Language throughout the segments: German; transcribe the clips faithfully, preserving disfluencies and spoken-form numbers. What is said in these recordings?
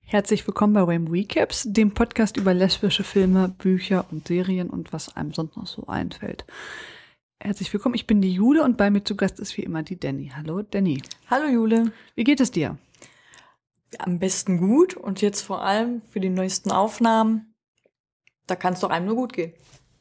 Herzlich willkommen bei Wham Recaps, dem Podcast über lesbische Filme, Bücher und Serien und was einem sonst noch so einfällt. Herzlich willkommen, ich bin die Jule und bei mir zu Gast ist wie immer die Danny. Hallo Danny. Hallo Jule. Wie geht es dir? Am besten gut und jetzt vor allem für die neuesten Aufnahmen, da kann es doch einem nur gut gehen.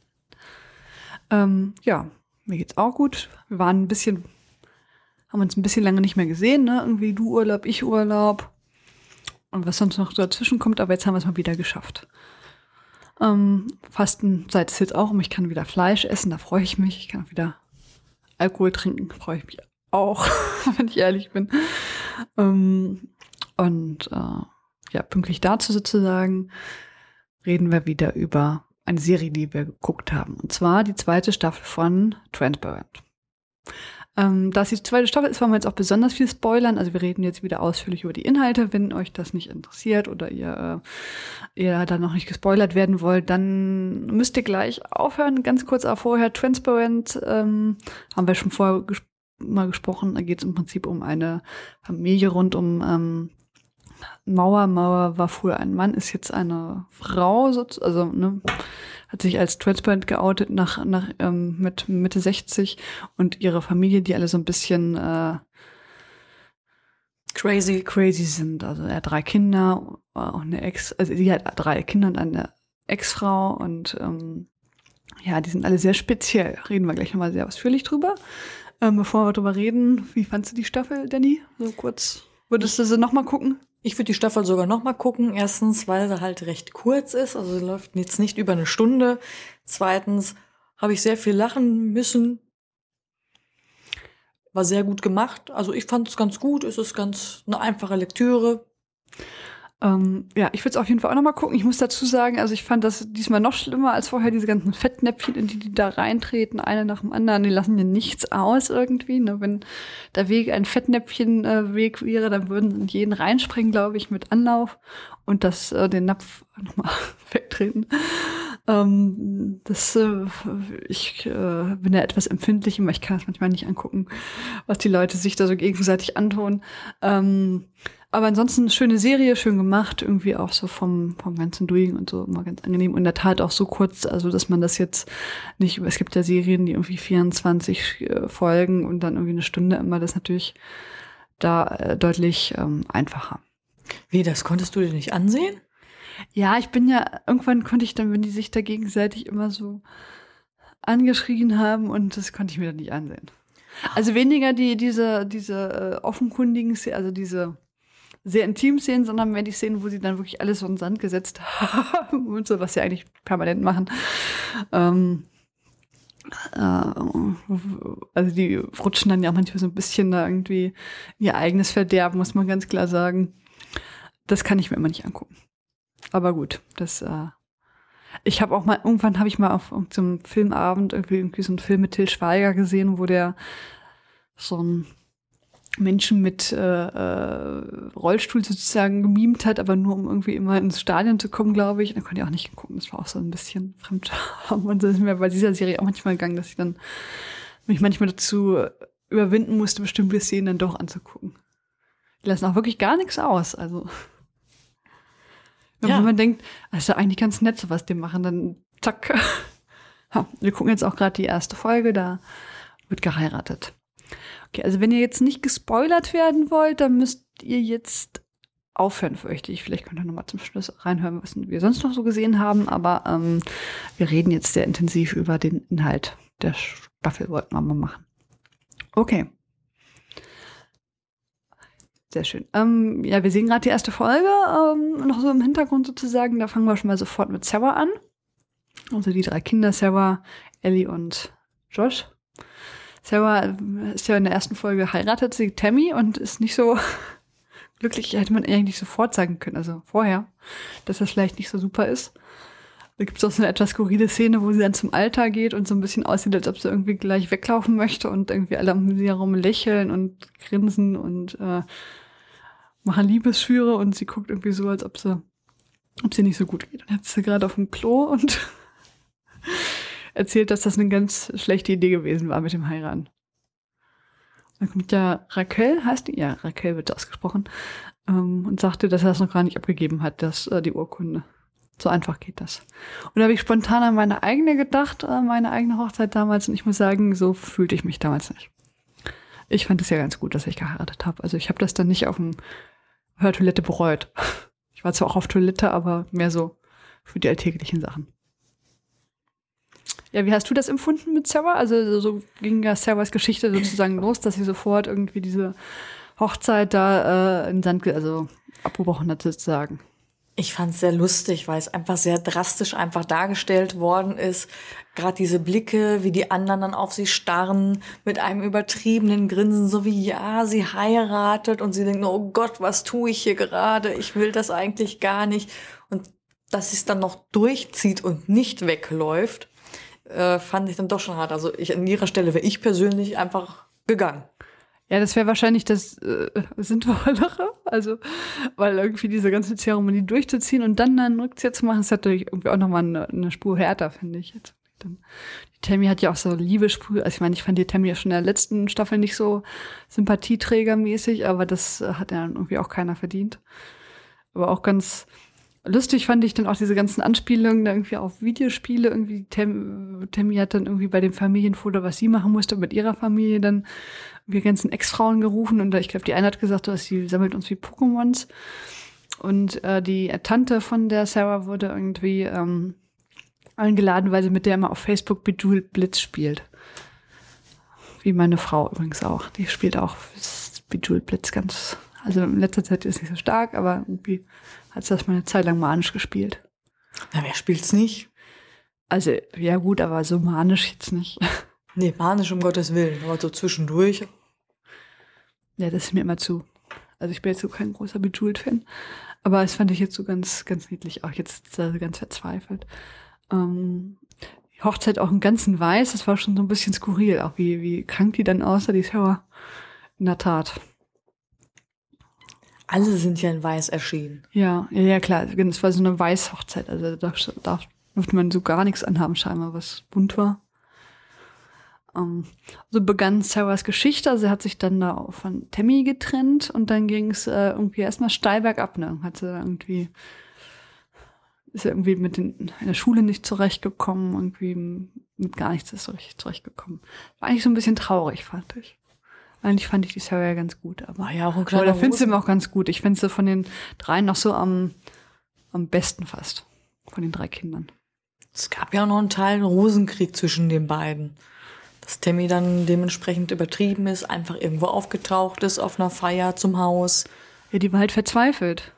Ähm, ja, mir geht's auch gut. Wir waren ein bisschen, haben uns ein bisschen lange nicht mehr gesehen, ne? Irgendwie du Urlaub, ich Urlaub. Und was sonst noch dazwischen kommt, aber jetzt haben wir es mal wieder geschafft. Ähm, Fastenzeit ist jetzt auch um, ich kann wieder Fleisch essen, da freue ich mich. Ich kann auch wieder Alkohol trinken, freue ich mich auch, wenn ich ehrlich bin. Ähm, und äh, ja, pünktlich dazu sozusagen reden wir wieder über eine Serie, die wir geguckt haben. Und zwar die zweite Staffel von Transparent. Ähm, da es die zweite Staffel ist, wollen wir jetzt auch besonders viel spoilern. Also wir reden jetzt wieder ausführlich über die Inhalte. Wenn euch das nicht interessiert oder ihr, äh, ihr da noch nicht gespoilert werden wollt, dann müsst ihr gleich aufhören. Ganz kurz auch vorher. Transparent ähm, haben wir schon vorher ges- mal gesprochen. Da geht es im Prinzip um eine Familie rund um ähm, Mauer. Mauer war früher ein Mann, ist jetzt eine Frau, also ne, hat sich als Transparent geoutet nach, nach ähm, mit Mitte sechzig und ihre Familie, die alle so ein bisschen äh, Crazy. crazy sind. Also er hat drei Kinder, auch eine Ex, also sie hat drei Kinder und eine Ex-Frau und ähm, ja, die sind alle sehr speziell. Reden wir gleich nochmal sehr ausführlich drüber. Ähm, bevor wir drüber reden, wie fandst du die Staffel, Danny? So kurz. Würdest du sie nochmal gucken? Ich würde die Staffel sogar noch mal gucken. Erstens, weil sie halt recht kurz ist. Also sie läuft jetzt nicht über eine Stunde. Zweitens habe ich sehr viel lachen müssen. War sehr gut gemacht. Also ich fand es ganz gut. Es ist ganz eine einfache Lektüre. Ähm, ja, ich würde es auf jeden Fall auch noch mal gucken. Ich muss dazu sagen, also ich fand das diesmal noch schlimmer als vorher, diese ganzen Fettnäpfchen, in die die da reintreten, eine nach dem anderen. Die lassen ja nichts aus irgendwie. Ne? Wenn der Weg ein Fettnäpfchen-Weg äh, wäre, dann würden sie in jeden reinspringen, glaube ich, mit Anlauf und das äh, den Napf nochmal wegtreten. Ähm, das, äh, ich äh, bin ja etwas empfindlich, aber ich kann es manchmal nicht angucken, was die Leute sich da so gegenseitig antun. Ähm, Aber ansonsten eine schöne Serie, schön gemacht, irgendwie auch so vom, vom ganzen Doing und so immer ganz angenehm. Und in der Tat auch so kurz, also dass man das jetzt nicht, es gibt ja Serien, die irgendwie vierundzwanzig äh, Folgen und dann irgendwie eine Stunde immer, das ist natürlich da äh, deutlich ähm, einfacher. Wie, das konntest du dir nicht ansehen? Ja, ich bin ja, irgendwann konnte ich dann, wenn die sich da gegenseitig immer so angeschrien haben und das konnte ich mir dann nicht ansehen. Also weniger die, diese, diese äh, offenkundigen, also diese sehr intim Szenen, sondern mehr die Szenen, wo sie dann wirklich alles so in den Sand gesetzt haben und so, was sie eigentlich permanent machen. Ähm, äh, also die rutschen dann ja auch manchmal so ein bisschen da irgendwie in ihr eigenes Verderben, muss man ganz klar sagen. Das kann ich mir immer nicht angucken. Aber gut, das äh, ich habe auch mal, irgendwann habe ich mal auf irgendeinem Filmabend irgendwie, irgendwie so einen Film mit Til Schweiger gesehen, wo der so ein Menschen mit äh, äh, Rollstuhl sozusagen gemimt hat, aber nur um irgendwie immer ins Stadion zu kommen, glaube ich. Da konnte ich auch nicht gucken. Das war auch so ein bisschen Fremdscham. Und das ist mir bei dieser Serie auch manchmal gegangen, dass ich dann mich manchmal dazu überwinden musste, bestimmte Szenen dann doch anzugucken. Die lassen auch wirklich gar nichts aus. Also wenn Ja. man denkt, das ist ja eigentlich ganz nett, so was die machen, dann zack. Ha, wir gucken jetzt auch gerade die erste Folge, da wird geheiratet. Okay, also wenn ihr jetzt nicht gespoilert werden wollt, dann müsst ihr jetzt aufhören, fürchte ich. Vielleicht könnt ihr nochmal zum Schluss reinhören, was wir sonst noch so gesehen haben. Aber ähm, wir reden jetzt sehr intensiv über den Inhalt der Staffel, wollten wir mal machen. Okay. Sehr schön. Ähm, ja, wir sehen gerade die erste Folge, ähm, noch so im Hintergrund sozusagen. Da fangen wir schon mal sofort mit Sarah an. Also die drei Kinder, Sarah, Ellie und Josh. Sarah ist ja in der ersten Folge heiratet sie Tammy und ist nicht so glücklich, hätte man eigentlich sofort sagen können, also vorher, dass das vielleicht nicht so super ist. Da gibt es auch so eine etwas skurrile Szene, wo sie dann zum Altar geht und so ein bisschen aussieht, als ob sie irgendwie gleich weglaufen möchte und irgendwie alle um sie herum lächeln und grinsen und äh, machen Liebesschwüre und sie guckt irgendwie so, als ob sie, ob sie nicht so gut geht. Und jetzt ist sie gerade auf dem Klo und erzählt, dass das eine ganz schlechte Idee gewesen war mit dem Heiraten. Dann kommt ja Raquel, heißt die? Ja, Raquel wird ausgesprochen. ähm, und sagte, dass er das noch gar nicht abgegeben hat, das, äh, die Urkunde. So einfach geht das. Und da habe ich spontan an meine eigene gedacht, äh, meine eigene Hochzeit damals. Und ich muss sagen, so fühlte ich mich damals nicht. Ich fand es ja ganz gut, dass ich geheiratet habe. Also ich habe das dann nicht auf dem Hörtoilette bereut. Ich war zwar auch auf Toilette, aber mehr so für die alltäglichen Sachen. Ja, wie hast du das empfunden mit Sarah? Also so ging ja Sarahs Geschichte sozusagen los, dass sie sofort irgendwie diese Hochzeit da äh, in den Sand, ge- also abgebrochen hat sozusagen. Ich fand es sehr lustig, weil es einfach sehr drastisch einfach dargestellt worden ist. Gerade diese Blicke, wie die anderen dann auf sie starren, mit einem übertriebenen Grinsen, so wie, ja, sie heiratet und sie denkt, oh Gott, was tue ich hier gerade? Ich will das eigentlich gar nicht. Und dass sie es dann noch durchzieht und nicht wegläuft, äh, fand ich dann doch schon hart. Also ich, an ihrer Stelle wäre ich persönlich einfach gegangen. Ja, das wäre wahrscheinlich das äh, Sinnvollere. Also, weil irgendwie diese ganze Zeremonie durchzuziehen und dann einen Rückzieher zu machen, ist natürlich irgendwie auch nochmal eine, eine Spur härter, finde ich. Jetzt. Dann, die Tammy hat ja auch so Liebessprüche. Also ich meine, ich fand die Tammy ja schon in der letzten Staffel nicht so sympathieträgermäßig, aber das hat ja irgendwie auch keiner verdient. Aber auch ganz lustig fand ich dann auch diese ganzen Anspielungen da irgendwie auf Videospiele. Irgendwie Tam, Tammy hat dann irgendwie bei dem Familienfoto, was sie machen musste, mit ihrer Familie dann wir ganzen Ex-Frauen gerufen und ich glaube, die eine hat gesagt, dass sie sammelt uns wie Pokémons. Und äh, die Tante von der Sarah wurde irgendwie ähm, eingeladen, weil sie mit der immer auf Facebook Bejeweled Blitz spielt. Wie meine Frau übrigens auch. Die spielt auch Bejeweled Blitz ganz, also in letzter Zeit ist nicht so stark, aber irgendwie hat sie das mal eine Zeit lang manisch gespielt. Na, wer spielt's nicht? Also, ja gut, aber so manisch jetzt nicht. Nee, manisch um Gottes Willen, aber so zwischendurch. Ja, das ist mir immer zu. Also ich bin jetzt so kein großer Bejeweled-Fan. Aber das fand ich jetzt so ganz, ganz niedlich. Auch jetzt also ganz verzweifelt. Ähm, die Hochzeit auch im ganzen Weiß, das war schon so ein bisschen skurril. Auch wie, wie krank die dann aussah, die Sarah. In der Tat. Alle sind ja in Weiß erschienen. Ja, ja, ja, klar. Es war so eine Weiß-Hochzeit. Also da, da durfte man so gar nichts anhaben, scheinbar, was bunt war. Um, so begann Sarahs Geschichte. Also sie hat sich dann da von Tammy getrennt und dann ging es äh, irgendwie erstmal steil bergab. Ne? Hat sie irgendwie, ist sie irgendwie mit den, in der Schule nicht zurechtgekommen, irgendwie mit gar nichts ist so richtig zurechtgekommen. War eigentlich so ein bisschen traurig, fand ich. Eigentlich fand ich die Sarah ja ganz gut. Aber, War ja auch ein aber kleiner da findest du Rosen- ihn auch ganz gut. Ich finde sie von den dreien noch so am, am besten fast. Von den drei Kindern. Es gab ja auch noch einen Teil Rosenkrieg zwischen den beiden. Dass Tammy dann dementsprechend übertrieben ist, einfach irgendwo aufgetaucht ist auf einer Feier zum Haus. Ja, die war halt verzweifelt.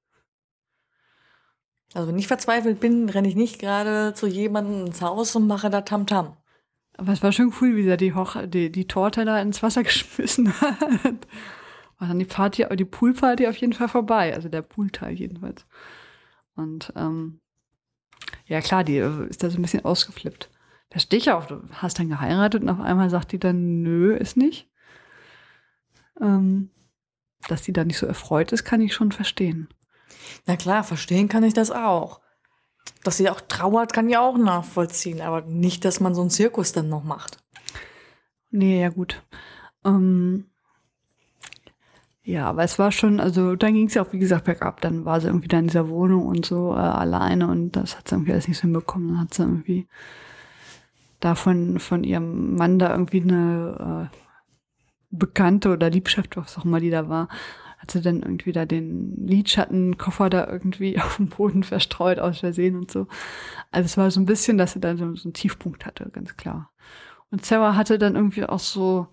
Also wenn ich verzweifelt bin, renne ich nicht gerade zu jemandem ins Haus und mache da Tamtam. Aber es war schon cool, wie er die, Hoch die, die Torte da ins Wasser geschmissen hat. War dann die Party, die Poolparty auf jeden Fall vorbei. Also der Poolteil jedenfalls. Und ähm, ja klar, die ist da so ein bisschen ausgeflippt. Da stehe ich auf, du hast dann geheiratet und auf einmal sagt die dann, nö, ist nicht. Ähm, dass die da nicht so erfreut ist, kann ich schon verstehen. Na klar, verstehen kann ich das auch. Dass sie auch trauert, kann ich auch nachvollziehen. Aber nicht, dass man so einen Zirkus dann noch macht. Nee, ja gut. Ähm, ja, aber es war schon, also dann ging es ja auch, wie gesagt, bergab. Dann war sie irgendwie da in dieser Wohnung und so äh, alleine und das hat sie irgendwie alles nicht so hinbekommen. Dann hat sie irgendwie da von, von ihrem Mann da irgendwie eine äh, Bekannte oder Liebschaft, was auch immer die da war, hat sie dann irgendwie da den Lidschattenkoffer da irgendwie auf dem Boden verstreut aus Versehen und so. Also es war so ein bisschen, dass sie dann so, so einen Tiefpunkt hatte, ganz klar. Und Sarah hatte dann irgendwie auch so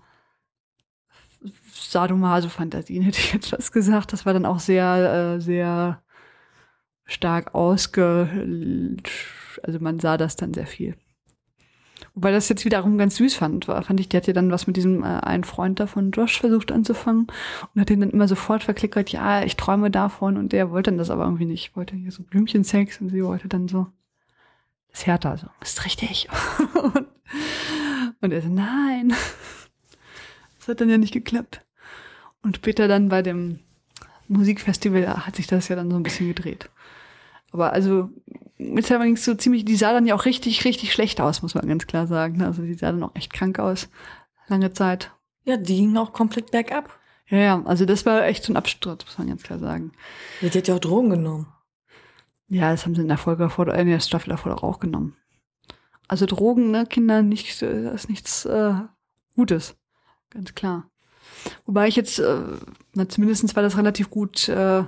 Sadomaso-Fantasien, hätte ich jetzt was gesagt. Das war dann auch sehr, äh, sehr stark ausge... Also man sah das dann sehr viel. Wobei das jetzt wiederum ganz süß fand, war, fand ich, die hat ja dann was mit diesem äh, einen Freund da von Josh versucht anzufangen und hat den dann immer sofort verklickert, ja, ich träume davon und der wollte dann das aber irgendwie nicht, wollte hier so Blümchensex und sie wollte dann so das härter, so, das ist richtig. und, und er so, nein, das hat dann ja nicht geklappt. Und später dann bei dem Musikfestival hat sich das ja dann so ein bisschen gedreht. Aber also mit Sarah ging es so ziemlich, die sah dann ja auch richtig, richtig schlecht aus, muss man ganz klar sagen. Also die sah dann auch echt krank aus, lange Zeit. Ja, die ging auch komplett bergab. Ja, ja, also das war echt so ein Absturz, muss man ganz klar sagen. Ja, die hat ja auch Drogen genommen. Ja, das haben sie in der Folge davor, in der Staffel davor auch genommen. Also Drogen, ne, Kinder, nicht, das ist nichts äh, Gutes. Ganz klar. Wobei ich jetzt, äh, na, zumindest war das relativ gut, äh,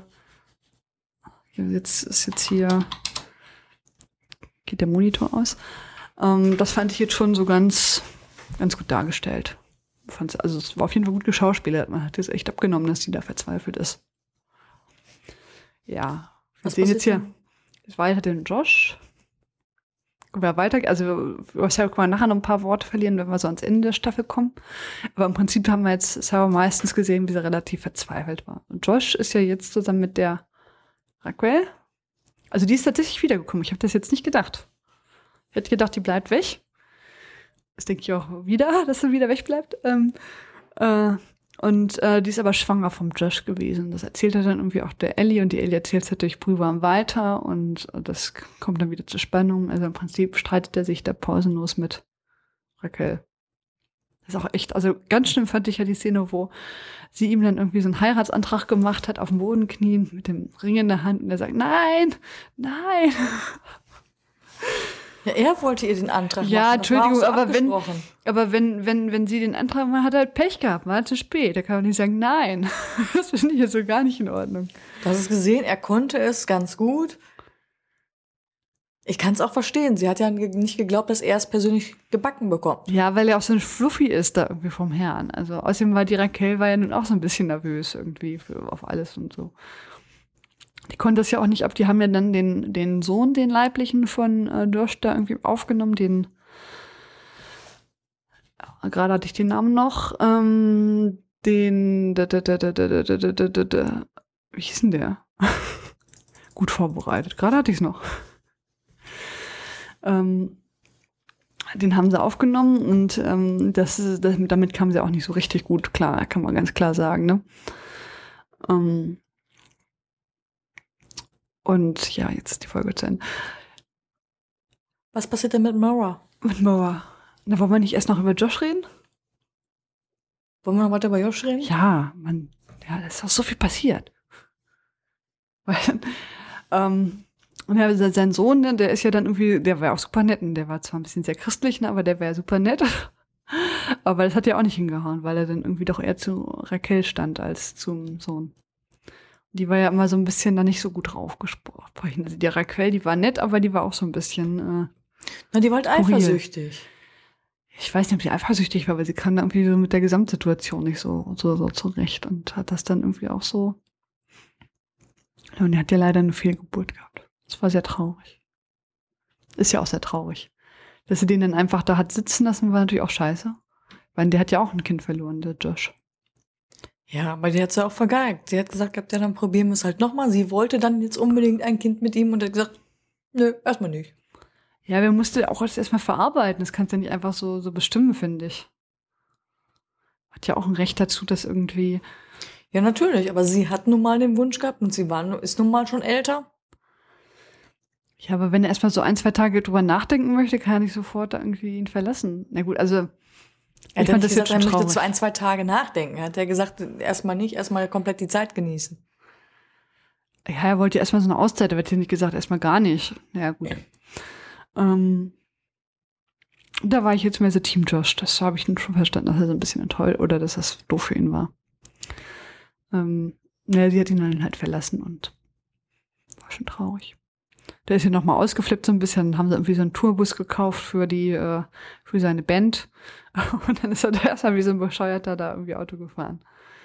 jetzt ist jetzt hier, geht der Monitor aus. Ähm, das fand ich jetzt schon so ganz, ganz gut dargestellt. Fand's, also es war auf jeden Fall gut geschauspielert. Man hat jetzt echt abgenommen, dass die da verzweifelt ist. Ja, wir Was sehen jetzt hier, denn? jetzt weiter den Josh. Wer weiter, also wir können nachher noch ein paar Worte verlieren, wenn wir so ans Ende der Staffel kommen. Aber im Prinzip haben wir jetzt Sarah meistens gesehen, wie sie relativ verzweifelt war. Und Josh ist ja jetzt zusammen mit der Raquel. Also die ist tatsächlich wiedergekommen. Ich habe das jetzt nicht gedacht. Ich hätte gedacht, die bleibt weg. Das denke ich auch wieder, dass sie wieder wegbleibt. Ähm, äh, und äh, die ist aber schwanger vom Josh gewesen. Das erzählt er dann irgendwie auch der Ellie. Und die Ellie erzählt es natürlich brühwarm weiter. Und das kommt dann wieder zur Spannung. Also im Prinzip streitet er sich da pausenlos mit Raquel. Das ist auch echt, also ganz schlimm fand ich ja die Szene, wo sie ihm dann irgendwie so einen Heiratsantrag gemacht hat, auf dem Boden knien, mit dem Ring in der Hand. Und er sagt, nein, nein. Ja, er wollte ihr den Antrag machen. Ja, Das war auch Entschuldigung, so aber wenn, abgesprochen. aber wenn, wenn, wenn sie den Antrag macht, hat er halt Pech gehabt, war zu spät. Da kann man nicht sagen, nein. Das finde ich jetzt so gar nicht in Ordnung. Du hast es gesehen, er konnte es ganz gut. Ich kann es auch verstehen. Sie hat ja ge- nicht geglaubt, dass er es persönlich gebacken bekommt. Ja, weil er auch so ein Fluffy ist da irgendwie vom Herrn. Also außerdem war die Raquel war ja nun auch so ein bisschen nervös irgendwie für, auf alles und so. Die konnte das ja auch nicht ab. Die haben ja dann den, den Sohn, den leiblichen von äh, Josh da irgendwie aufgenommen, den ja, gerade hatte ich den Namen noch, ähm, den da, da, da, da, da, da, da, da, da, da. Wie hieß denn der? Gut vorbereitet. Gerade hatte ich es noch. Ähm, den haben sie aufgenommen und ähm, das, das, damit kamen sie auch nicht so richtig gut klar, kann man ganz klar sagen, ne? Ähm, und ja, jetzt ist die Folge zu Ende. Was passiert denn mit Mara? Mit Moa. Na, wollen wir nicht erst noch über Josh reden? Wollen wir noch weiter über Josh reden? Ja, man, ja, da ist auch so viel passiert. Weil, ähm, und ja, sein Sohn, ne, der ist ja dann irgendwie, der war ja auch super nett und der war zwar ein bisschen sehr christlich, ne, aber der war ja super nett. Aber das hat ja auch nicht hingehauen, weil er dann irgendwie doch eher zu Raquel stand als zum Sohn. Die war ja immer so ein bisschen da nicht so gut drauf gesprochen. Also die Raquel, die war nett, aber die war auch so ein bisschen, äh, Na, die war halt Skurril. eifersüchtig. ich weiß nicht, ob sie eifersüchtig war, weil sie kam da irgendwie so mit der Gesamtsituation nicht so, so, so zurecht und hat das dann irgendwie auch so. Und er hat ja leider eine Fehlgeburt gehabt. Das war sehr traurig. Ist ja auch sehr traurig. Dass sie den dann einfach da hat sitzen lassen, war natürlich auch scheiße. Weil der hat ja auch ein Kind verloren, der Josh. Ja, aber die hat sie auch vergeigt. Sie hat gesagt, ja, dann probieren wir es halt nochmal. Sie wollte dann jetzt unbedingt ein Kind mit ihm und hat gesagt, nö, erstmal nicht. Ja, wer musste auch das erstmal verarbeiten. Das kannst du ja nicht einfach so, so bestimmen, finde ich. Hat ja auch ein Recht dazu, dass irgendwie. Ja, natürlich, aber sie hat nun mal den Wunsch gehabt und sie war, ist nun mal schon älter. Ja, aber wenn er erstmal so ein, zwei Tage drüber nachdenken möchte, kann er nicht sofort da irgendwie ihn verlassen. Na gut, also. Er Ich hat fand ja das nicht gesagt, jetzt schon er möchte traurig. zu ein, zwei Tage nachdenken. Er hat ja gesagt, erstmal nicht, erstmal komplett die Zeit genießen. Ja, er wollte ja erstmal so eine Auszeit, er hat ja nicht gesagt, erstmal gar nicht. Ja, gut. Ähm, da war ich jetzt mehr so Team Josh. Das habe ich nun schon verstanden, dass er so ein bisschen enttäuscht oder dass das doof für ihn war. Ähm, ja, sie hat ihn dann halt verlassen und war schon traurig. Der ist ja nochmal ausgeflippt so ein bisschen, haben sie irgendwie so einen Tourbus gekauft für die, äh, für seine Band. Und dann ist er da erstmal wie so ein Bescheuerter da irgendwie Auto gefahren.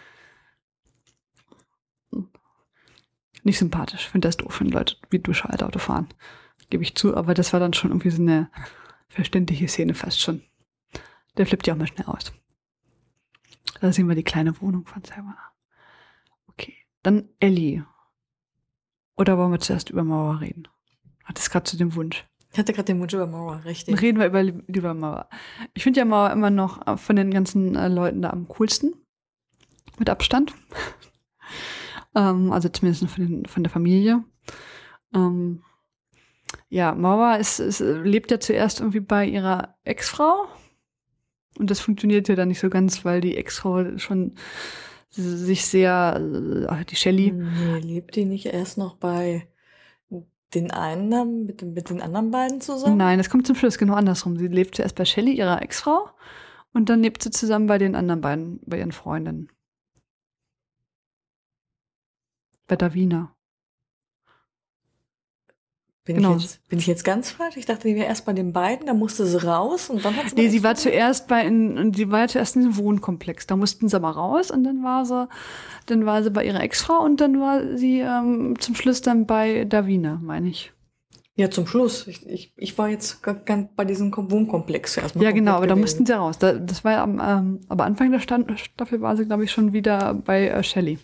Nicht sympathisch. Ich finde das doof, wenn Leute wie bescheuert Auto fahren. Gebe ich zu, aber das war dann schon irgendwie so eine verständliche Szene fast schon. Der flippt ja auch mal schnell aus. Da sehen wir die kleine Wohnung von Sarah. Okay, dann Ellie. Oder wollen wir zuerst über Mauer reden? Hat es gerade zu dem Wunsch. Ich hatte gerade den Wunsch über Mara, Dann richtig. reden wir über, über Mauer. Ich finde ja Mauer immer noch von den ganzen äh, Leuten da am coolsten. Mit Abstand. ähm, also zumindest von, den, von der Familie. Ähm, ja, Mauer ist, ist, lebt ja zuerst irgendwie bei ihrer Ex-Frau. Und das funktioniert ja dann nicht so ganz, weil die Ex-Frau schon sich sehr, äh, die Shelley. Nee, lebt die nicht erst noch bei den einen da mit, den- mit den anderen beiden zusammen? Nein, das kommt zum Schluss genau andersrum. Sie lebt zuerst bei Shelley, ihrer Ex-Frau, und dann lebt sie zusammen bei den anderen beiden, bei ihren Freundinnen. Bei Davina. Bin, Genau. ich jetzt, bin ich jetzt ganz falsch? Ich dachte, die wäre erst bei den beiden, dann musste sie raus und dann hat sie Nee, eine sie war Ex-Freundin? zuerst bei in, sie war ja zuerst in diesem Wohnkomplex. Da mussten sie mal raus und dann war sie, dann war sie bei ihrer Ex-Frau und dann war sie ähm, zum Schluss dann bei Davina, meine ich. Ja, zum Schluss. Ich, ich, ich war jetzt gar- ganz bei diesem Kom- Wohnkomplex erstmal. Ja, genau, komplett aber da gewesen. mussten sie raus. Da, das war ja am, ähm, aber Anfang der Stand, Staffel war sie, glaube ich, schon wieder bei äh, Shelley.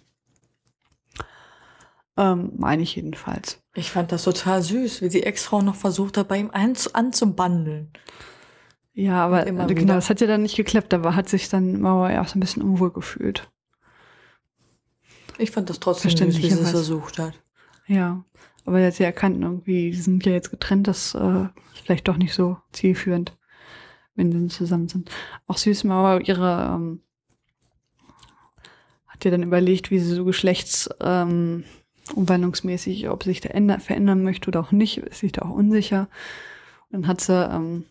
Ähm, meine ich jedenfalls. Ich fand das total süß, wie die Ex-Frau noch versucht hat, bei ihm einzu- anzubandeln. Ja, aber Und immer genau, wieder. das hat ja dann nicht geklappt. Da war- hat sich dann Mauer ja auch so ein bisschen unwohl gefühlt. Ich fand das trotzdem süß, wie sie es Verständlicherweise. versucht hat. Ja, aber er hat sie erkannt, irgendwie, die sind ja jetzt getrennt, das äh, ist vielleicht doch nicht so zielführend, wenn sie zusammen sind. Auch süß, Mauer, ihre, ähm, hat ja dann überlegt, wie sie so geschlechts, ähm, umwandlungsmäßig, ob sie sich da änder, verändern möchte oder auch nicht, ist sich da auch unsicher. Und dann hat sie, ähm,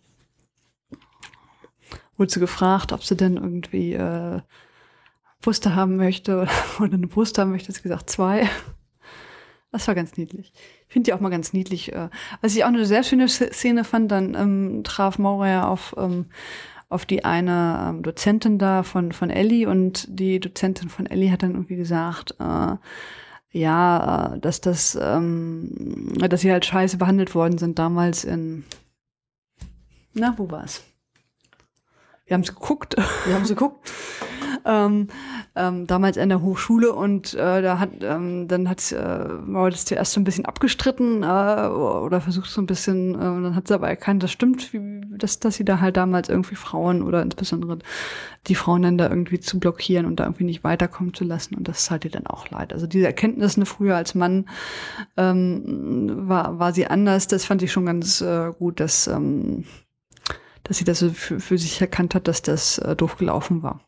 wurde sie gefragt, ob sie denn irgendwie äh, Brüste haben möchte oder, oder eine Brust haben möchte, hat sie gesagt, zwei. Das war ganz niedlich. Ich finde die auch mal ganz niedlich. Äh, was ich auch eine sehr schöne Szene fand, dann ähm, traf Maura ja auf, ähm, auf die eine ähm, Dozentin da von, von Ellie und die Dozentin von Ellie hat dann irgendwie gesagt, äh, ja, äh, dass das, ähm, dass sie halt scheiße behandelt worden sind damals in, na, wo war's? Wir haben es geguckt. Wir haben sie geguckt. ähm, ähm, damals an der Hochschule und äh, da hat ähm, dann hat äh, Mauer das zuerst so ein bisschen abgestritten äh, oder versucht so ein bisschen, äh, und dann hat sie aber erkannt, das stimmt, wie, dass, dass sie da halt damals irgendwie Frauen oder insbesondere die Frauen dann da irgendwie zu blockieren und da irgendwie nicht weiterkommen zu lassen und das tat ihr dann auch leid. Also diese Erkenntnis, ne, früher als Mann ähm, war, war sie anders, das fand ich schon ganz äh, gut, dass ähm, dass sie das so für, für sich erkannt hat, dass das äh, doof gelaufen war.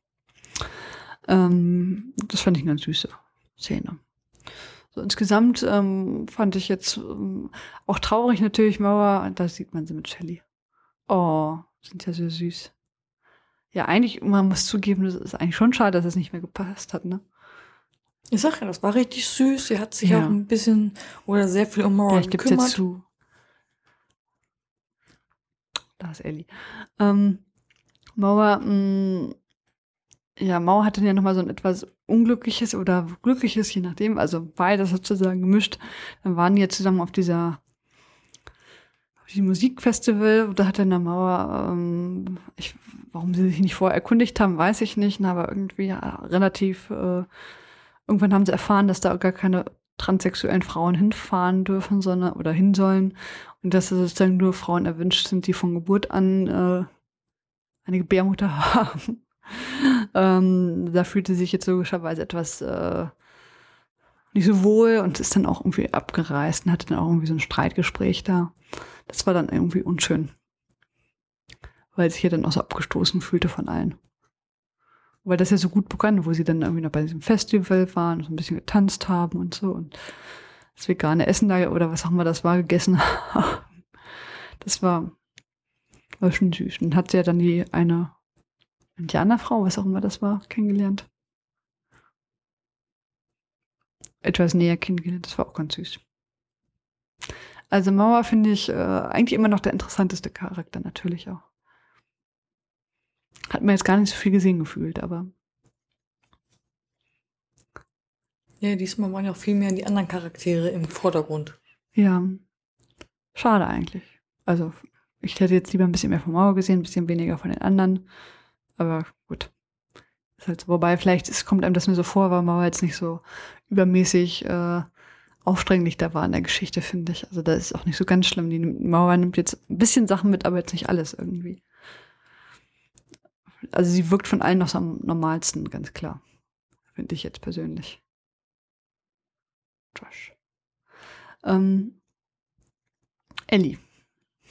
Ähm, das fand ich eine ganz süße Szene. So insgesamt ähm, fand ich jetzt ähm, auch traurig natürlich Mauer, da sieht man sie mit Shelley. Oh, sind ja so süß. Ja, eigentlich, man muss zugeben, das ist eigentlich schon schade, dass es nicht mehr gepasst hat, ne? Ich sag ja, das war richtig süß. Sie hat sich Ja. auch ein bisschen oder sehr viel um Maura Ja, ich gebe es gekümmert. jetzt zu. Da ist Ellie. Ähm, Mauer, mh, ja, Mauer hatte ja nochmal so ein etwas unglückliches oder glückliches, je nachdem, also beides sozusagen gemischt. Dann waren die ja zusammen auf dieser auf diesem Musikfestival, da hat dann der Mauer, ähm, ich, warum sie sich nicht vorher erkundigt haben, weiß ich nicht, na, aber irgendwie ja, relativ, äh, irgendwann haben sie erfahren, dass da gar keine transsexuellen Frauen hinfahren dürfen, sondern oder hin sollen und dass sozusagen nur Frauen erwünscht sind, die von Geburt an äh, eine Gebärmutter haben. ähm, da fühlte sie sich jetzt logischerweise etwas äh, nicht so wohl und ist dann auch irgendwie abgereist und hatte dann auch irgendwie so ein Streitgespräch da. Das war dann irgendwie unschön, weil sie sich ja dann auch so abgestoßen fühlte von allen. Weil das ja so gut begann, wo sie dann irgendwie noch bei diesem Festival waren und so ein bisschen getanzt haben und so und das vegane Essen da oder was auch immer das war, gegessen haben. Das war, war schon süß. Und hat sie ja dann die eine Indianerfrau, was auch immer das war, kennengelernt. Etwas näher kennengelernt, das war auch ganz süß. Also Mauer finde ich äh, eigentlich immer noch der interessanteste Charakter, natürlich auch. Hat man jetzt gar nicht so viel gesehen gefühlt, aber Ja, diesmal waren ja auch viel mehr die anderen Charaktere im Vordergrund. ja, schade eigentlich. Also ich hätte jetzt lieber ein bisschen mehr von Mauer gesehen, ein bisschen weniger von den anderen. Aber gut. Ist halt so. Wobei vielleicht es kommt einem das nur so vor, weil Mauer jetzt nicht so übermäßig äh, aufdringlich da war in der Geschichte, finde ich. Also da ist auch nicht so ganz schlimm. Die Mauer nimmt jetzt ein bisschen Sachen mit, aber jetzt nicht alles irgendwie. Also sie wirkt von allen noch so am normalsten, ganz klar. Finde ich jetzt persönlich. Josh. Ähm, Ellie.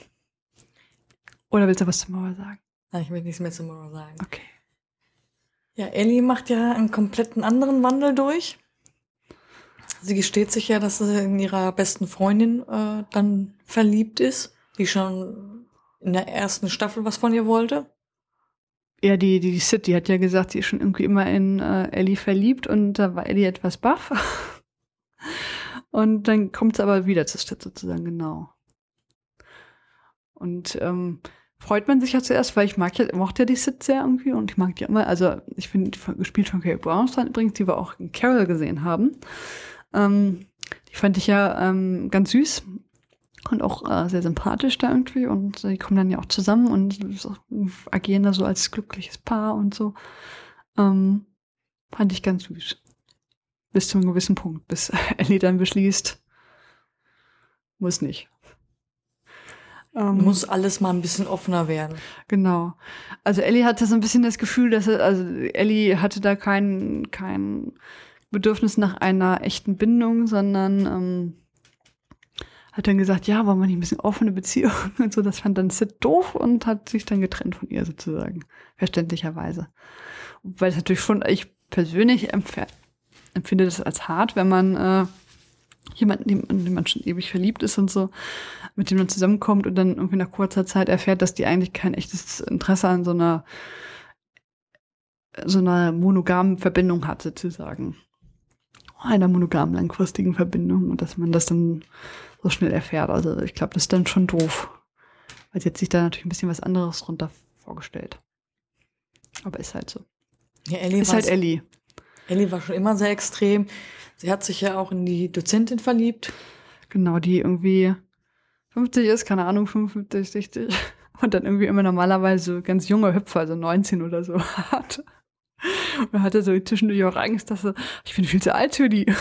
Oder willst du was zur Mauer sagen? Nein, ich will nichts mehr zu Maura sagen. Okay. Ja, Ellie macht ja einen kompletten anderen Wandel durch. Sie gesteht sich ja, dass sie in ihrer besten Freundin äh, dann verliebt ist, die schon in der ersten Staffel was von ihr wollte. Ja, die, die Sid, die hat ja gesagt, sie ist schon irgendwie immer in äh, Ellie verliebt und da war Ellie etwas baff. Und dann kommt sie aber wieder zu Sid sozusagen, genau. Und ähm, freut man sich ja zuerst, weil ich mag ja, mochte ja die Sid sehr irgendwie und ich mag die immer, also ich finde, gespielt von Kate Brownstein übrigens, die wir auch in Carol gesehen haben. Ähm, die fand ich ja ähm, ganz süß und auch äh, sehr sympathisch da irgendwie und die kommen dann ja auch zusammen und so, agieren da so als glückliches Paar und so. Ähm, fand ich ganz süß. Bis zu einem gewissen Punkt, bis Ellie dann beschließt, muss nicht. Ähm, muss alles mal ein bisschen offener werden. Genau. Also Ellie hatte so ein bisschen das Gefühl, dass er, also Ellie hatte da kein, kein Bedürfnis nach einer echten Bindung, sondern ähm, hat dann gesagt, ja, wollen wir nicht ein bisschen offene Beziehung und so. Das fand dann Sid doof und hat sich dann getrennt von ihr sozusagen, verständlicherweise. Weil es natürlich schon, ich persönlich empf- empfinde das als hart, wenn man äh, jemanden, in den man schon ewig verliebt ist und so, mit dem man zusammenkommt und dann irgendwie nach kurzer Zeit erfährt, dass die eigentlich kein echtes Interesse an so einer so einer monogamen Verbindung hat, sozusagen. Einer monogamen, langfristigen Verbindung und dass man das dann so schnell erfährt. Also ich glaube, das ist dann schon doof. Weil sie hat sich da natürlich ein bisschen was anderes runter vorgestellt. Aber ist halt so. Ja, Ellie ist halt Ellie. Ellie war schon immer sehr extrem. Sie hat sich ja auch in die Dozentin verliebt. Genau, die irgendwie fünfzig ist, keine Ahnung, fünfundfünfzig, sechzig. Und dann irgendwie immer normalerweise ganz junge Hüpfer, also neunzehn oder so hat. Und hatte so zwischendurch auch Angst, dass sie, ich bin viel zu alt für die.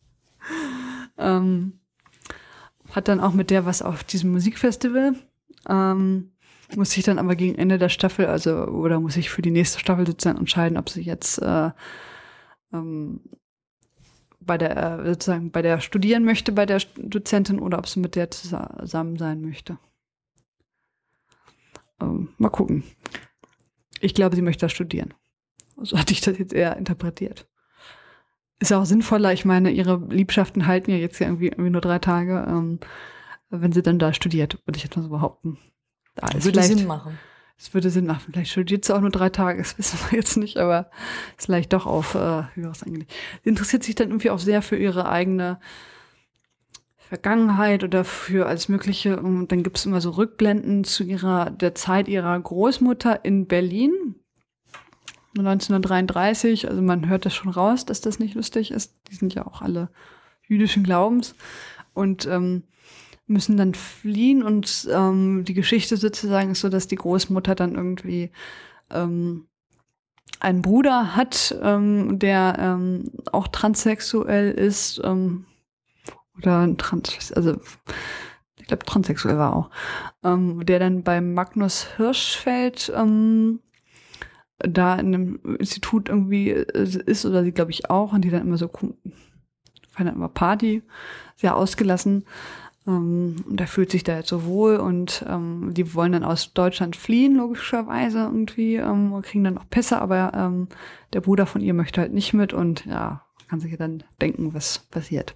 ähm, hat dann auch mit der was auf diesem Musikfestival. Ähm, muss sich dann aber gegen Ende der Staffel, also, oder muss sich für die nächste Staffel sozusagen entscheiden, ob sie jetzt äh, ähm, bei der, sozusagen bei der studieren möchte, bei der Dozentin, oder ob sie mit der zusammen sein möchte. Ähm, mal gucken. Ich glaube, sie möchte da studieren. So hatte ich das jetzt eher interpretiert. Ist auch sinnvoller. Ich meine, ihre Liebschaften halten ja jetzt ja irgendwie, irgendwie nur drei Tage, ähm, wenn sie dann da studiert, würde ich jetzt mal so behaupten. Da ist würde Sinn machen. Es würde Sinn machen. Vielleicht studiert sie auch nur drei Tage, das wissen wir jetzt nicht, aber ist vielleicht doch auf äh, höheres angelegt. Sie interessiert sich dann irgendwie auch sehr für ihre eigene Vergangenheit oder für alles Mögliche. Und dann gibt es immer so Rückblenden zu ihrer, der Zeit ihrer Großmutter in Berlin. neunzehnhundertdreiunddreißig, also man hört das schon raus, dass das nicht lustig ist. Die sind ja auch alle jüdischen Glaubens und ähm, müssen dann fliehen und ähm, die Geschichte sozusagen ist so, dass die Großmutter dann irgendwie ähm, einen Bruder hat, ähm, der ähm, auch transsexuell ist ähm, oder ein Trans, also ich glaube transsexuell war auch, ähm, der dann beim Magnus Hirschfeld ähm, da in einem Institut irgendwie ist oder sie, glaube ich, auch und die dann immer so feiern dann immer Party, sehr ausgelassen ähm, und er fühlt sich da jetzt so wohl und ähm, die wollen dann aus Deutschland fliehen, logischerweise irgendwie ähm, und kriegen dann auch Pässe, aber ähm, der Bruder von ihr möchte halt nicht mit und ja, kann sich ja dann denken, was passiert.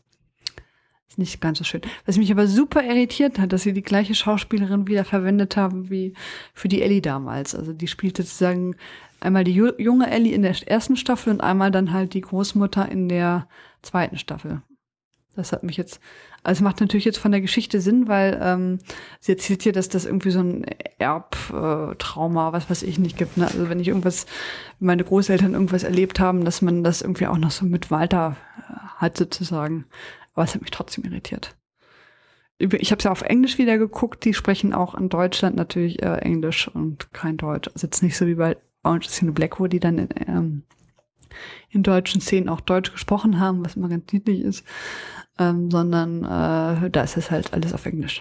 Ist nicht ganz so schön. Was mich aber super irritiert hat, dass sie die gleiche Schauspielerin wieder verwendet haben wie für die Ellie damals. Also die spielte sozusagen einmal die ju- junge Ellie in der ersten Staffel und einmal dann halt die Großmutter in der zweiten Staffel. Das hat mich jetzt, also es macht natürlich jetzt von der Geschichte Sinn, weil ähm, sie erzählt hier, dass das irgendwie so ein Erbtrauma, was weiß ich nicht gibt. Ne? Also wenn ich irgendwas, wenn meine Großeltern irgendwas erlebt haben, dass man das irgendwie auch noch so mit weiter hat sozusagen. Aber es hat mich trotzdem irritiert. Ich habe es ja auf Englisch wieder geguckt. Die sprechen auch in Deutschland natürlich äh, Englisch und kein Deutsch. Also jetzt nicht so wie bei Orange is the New Black, wo die dann in, ähm, in deutschen Szenen auch Deutsch gesprochen haben, was immer ganz niedlich ist. Ähm, sondern äh, da ist es halt alles auf Englisch.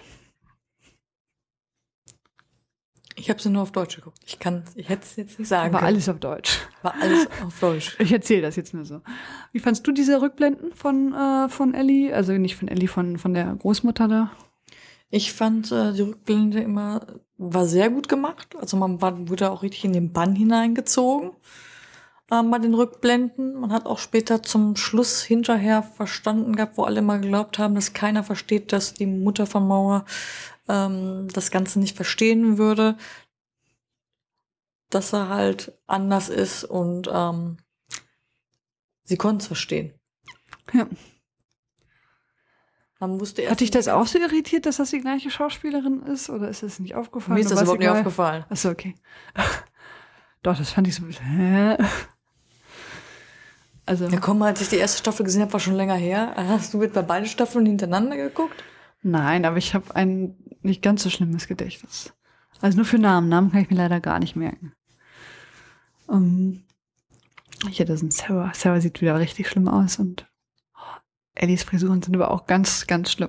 Ich habe sie nur auf Deutsch geguckt. Ich kann, ich hätte es jetzt nicht sagen War können. alles auf Deutsch. War alles auf Deutsch. Ich erzähle das jetzt nur so. Wie fandst du diese Rückblenden von äh, von Ellie? Also nicht von Ellie, von von der Großmutter da? Ich fand äh, die Rückblende immer, war sehr gut gemacht. Also man war, wurde auch richtig in den Bann hineingezogen. ähm, bei den Rückblenden. Man hat auch später zum Schluss hinterher verstanden gehabt, wo alle mal geglaubt haben, dass keiner versteht, dass die Mutter von Mauer ähm, das Ganze nicht verstehen würde, dass er halt anders ist und ähm, sie konnte es verstehen. Ja. Man wusste erst Hat dich nicht das genau- auch so irritiert, dass das die gleiche Schauspielerin ist? Oder ist das nicht aufgefallen? Mir ist Oder das war's überhaupt nicht egal? aufgefallen. Achso, okay. Doch, das fand ich so ein bisschen, hä? Also, Ja, komm, als ich die erste Staffel gesehen habe, war schon länger her. Hast du etwa beide Staffeln hintereinander geguckt? nein, aber ich habe ein nicht ganz so schlimmes Gedächtnis. Also nur für Namen. Namen kann ich mir leider gar nicht merken. Um, ich hätte so ein Sarah. Sarah sieht wieder richtig schlimm aus und oh, Ellies Frisuren sind aber auch ganz, ganz schlimm.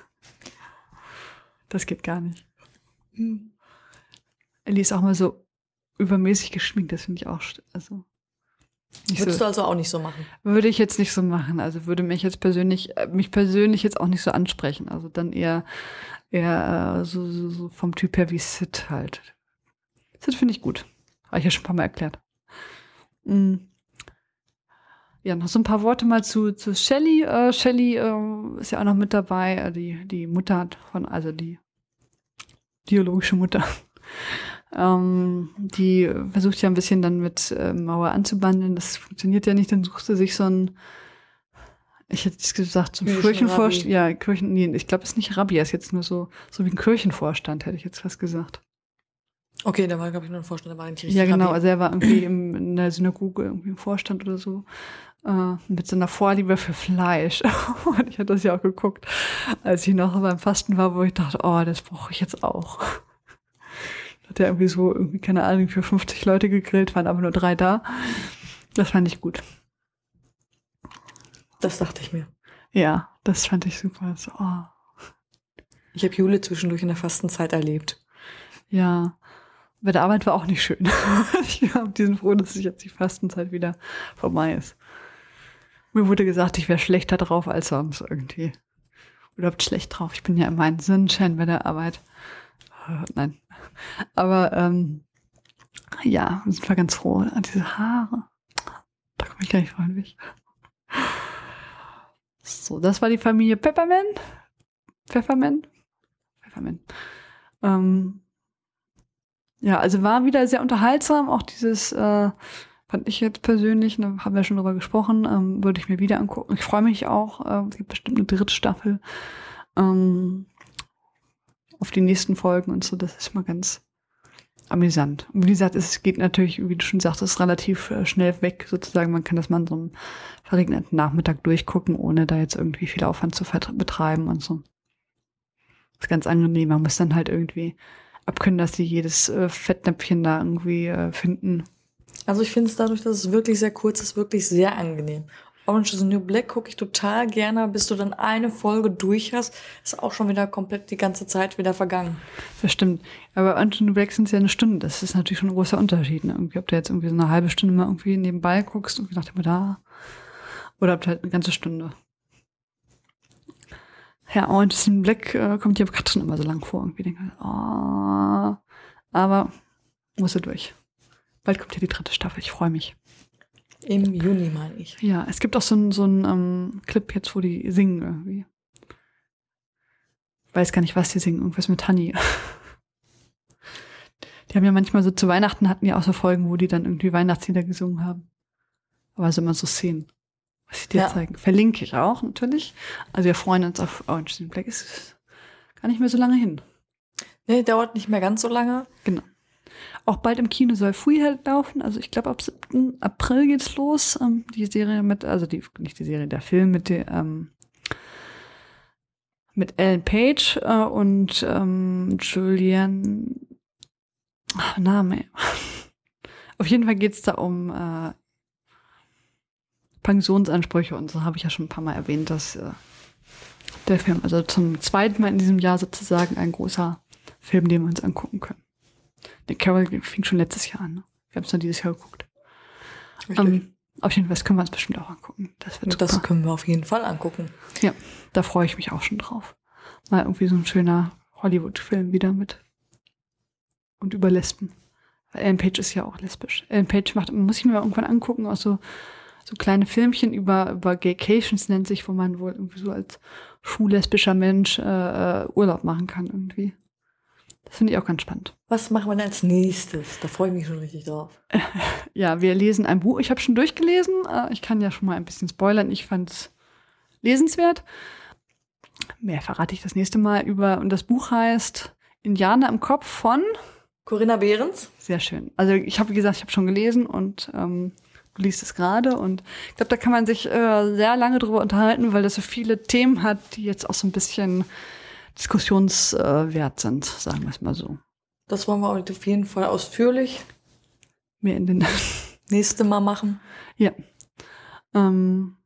Das geht gar nicht. Hm. Ellie ist auch mal so übermäßig geschminkt, das finde ich auch, st- also nicht Würdest so, du also auch nicht so machen? würde ich jetzt nicht so machen. Also würde mich jetzt persönlich, äh, mich persönlich jetzt auch nicht so ansprechen. Also dann eher, eher äh, so, so, so vom Typ her wie Sid halt. Sid finde ich gut. Habe ich ja schon ein paar Mal erklärt. Mm. Ja, noch so ein paar Worte mal zu, zu Shelley. Äh, Shelley äh, ist ja auch noch mit dabei. Äh, die, die Mutter von, also die biologische Mutter. Ähm, die versucht ja ein bisschen dann mit äh, Mauer anzubandeln. Das funktioniert ja nicht. Dann sucht sie sich so ein, ich hätte jetzt gesagt, so ein Jüdischen Kirchenvorstand. Rabbi. Ja, Kirchen, nee, ich glaube, es ist nicht Rabbi, er ist jetzt nur so, so wie ein Kirchenvorstand, hätte ich jetzt fast gesagt. Okay, da war, glaube ich, nur ein Vorstand, da war nicht richtig. Ja, genau. Rabbi. Also er war irgendwie im, in der Synagoge irgendwie im Vorstand oder so. Äh, mit so einer Vorliebe für Fleisch. Und ich hatte das ja auch geguckt, als ich noch beim Fasten war, wo ich dachte, oh, das brauche ich jetzt auch. Hat er irgendwie so, irgendwie, keine Ahnung, für fünfzig Leute gegrillt, waren aber nur drei da. Das fand ich gut. Das dachte ich mir. Ja, das fand ich super. So, oh. Ich habe Jule zwischendurch in der Fastenzeit erlebt. Ja, bei der Arbeit war auch nicht schön. Ich bin diesen froh, dass jetzt die Fastenzeit wieder vorbei ist. Mir wurde gesagt, ich wäre schlechter drauf als sonst irgendwie. Überhaupt schlecht drauf. Ich bin ja immer ein Sonnenschein bei der Arbeit. Äh, nein. Aber ähm, ja, sind wir ganz froh. Diese Haare. Da komme ich gar nicht von weg. So, das war die Familie Peppermint. Pfefferman? Pfefferman. Ähm, ja, also war wieder sehr unterhaltsam. Auch dieses, äh, fand ich jetzt persönlich, da haben wir schon drüber gesprochen, ähm, würde ich mir wieder angucken. Ich freue mich auch, äh, es gibt bestimmt eine dritte Staffel. Ähm, auf die nächsten Folgen und so, das ist mal ganz amüsant. Und wie gesagt, es geht natürlich, wie du schon sagtest, relativ äh, schnell weg, sozusagen. Man kann das mal an so einem verregneten Nachmittag durchgucken, ohne da jetzt irgendwie viel Aufwand zu vert- betreiben und so. Das ist ganz angenehm. Man muss dann halt irgendwie abkönnen, dass die jedes äh, Fettnäpfchen da irgendwie äh, finden. Also ich finde es dadurch, dass es wirklich sehr kurz ist, wirklich sehr angenehm. Orange is the New Black gucke ich total gerne, bis du dann eine Folge durch hast, ist auch schon wieder komplett die ganze Zeit wieder vergangen. Das stimmt. Aber Anthony Black sind ja eine Stunde. Das ist natürlich schon ein großer Unterschied. Ne? Irgendwie, ob du jetzt irgendwie so eine halbe Stunde mal irgendwie nebenbei guckst und dachte mir da. Oder ob du halt eine ganze Stunde. Ja, Orange is the New Black äh, kommt ja gerade schon immer so lang vor. Irgendwie denke ich, oh, aber muss er durch. Bald kommt ja die dritte Staffel. Ich freue mich. Im Juni, meine ich. Ja, es gibt auch so einen so einen, ähm, Clip jetzt, wo die singen irgendwie. Weiß gar nicht, was die singen. Irgendwas mit Honey. Die haben ja manchmal so zu Weihnachten hatten ja auch so Folgen, wo die dann irgendwie Weihnachtslieder gesungen haben. Aber so immer so Szenen, was sie dir Ja. zeigen. Verlinke ich auch natürlich. Also wir freuen uns auf Orange is the New Black. Ist gar nicht mehr so lange hin. Nee, dauert nicht mehr ganz so lange. Genau. Auch bald im Kino soll Freeheld laufen. Also ich glaube, ab siebten April geht's los. Ähm, die Serie mit, also die, nicht die Serie, der Film mit der, ähm, mit Ellen Page äh, und ähm, Julianne, ach, Name. Auf jeden Fall geht's da um äh, Pensionsansprüche und so, habe ich ja schon ein paar Mal erwähnt, dass äh, der Film, also zum zweiten Mal in diesem Jahr sozusagen ein großer Film, den wir uns angucken können. Der Carol fing schon letztes Jahr an. Ne? Wir haben es dann dieses Jahr geguckt. Ähm, auf jeden Fall, das können wir uns bestimmt auch angucken. Das wird Und das super. können wir auf jeden Fall angucken. Ja, da freue ich mich auch schon drauf. Mal irgendwie so ein schöner Hollywood-Film wieder mit. Und über Lesben. Ellen Page ist ja auch lesbisch. Ellen Page macht, muss ich mir mal irgendwann angucken, auch so, so kleine Filmchen über, über Gaycations nennt sich, wo man wohl irgendwie so als schullesbischer Mensch äh, Urlaub machen kann irgendwie. Das finde ich auch ganz spannend. Was machen wir denn als nächstes? Da freue ich mich schon richtig drauf. Ja, wir lesen ein Buch. Ich habe schon durchgelesen. Ich kann ja schon mal ein bisschen spoilern. Ich fand es lesenswert. Mehr verrate ich das nächste Mal über. Und das Buch heißt Indianer im Kopf von Corinna Behrens. Sehr schön. Also ich habe, wie gesagt, ich habe schon gelesen und ähm, du liest es gerade. Und ich glaube, da kann man sich äh, sehr lange drüber unterhalten, weil das so viele Themen hat, die jetzt auch so ein bisschen diskussionswert äh, sind, sagen wir es mal so. Das wollen wir auf jeden Fall ausführlich Mehr in den nächste Mal machen. Ja. Ähm,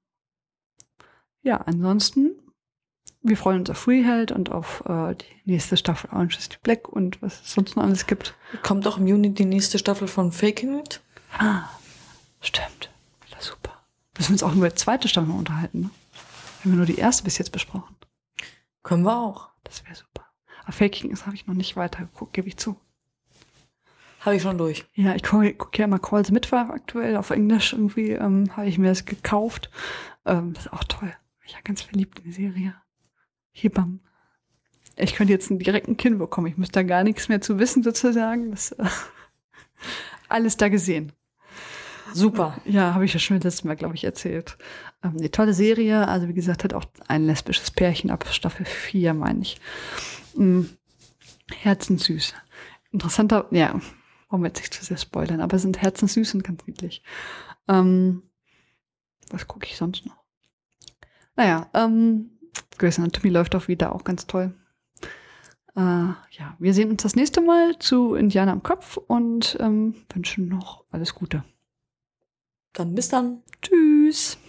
ja, ansonsten, wir freuen uns auf Freeheld und auf äh, die nächste Staffel Orange is the Black und was es sonst noch alles gibt. Kommt auch im Juni die nächste Staffel von Faking It. Ah, stimmt. Das ist super. Müssen wir uns auch über die zweite Staffel mal unterhalten, ne? Wir haben nur die erste bis jetzt besprochen. Können wir auch. Das wäre super. Aber Faking ist, habe ich noch nicht weitergeguckt, gebe ich zu. Habe ich schon durch. Ja, ich gucke guck ja immer Calls Midwife aktuell auf Englisch irgendwie, ähm, habe ich mir das gekauft. Ähm, das ist auch toll. Ich bin ja ganz verliebt in die Serie. Hebammen. Ich könnte jetzt einen direkten Kind bekommen. Ich müsste da gar nichts mehr zu wissen sozusagen. Das, äh, alles da gesehen. Super. Ja, habe ich ja schon das letzte Mal, glaube ich, erzählt. Ähm, eine tolle Serie. Also wie gesagt, hat auch ein lesbisches Pärchen ab Staffel vier, meine ich. Mhm. Herzenssüß. Interessanter, ja, wollen wir jetzt nicht zu sehr spoilern, aber sind herzenssüß und ganz niedlich. Ähm, was gucke ich sonst noch? Naja, ähm, Grey's Anatomy läuft auch wieder, auch ganz toll. Äh, ja, wir sehen uns das nächste Mal zu Indianer im Kopf und ähm, wünschen noch alles Gute. Dann bis dann. Tschüss.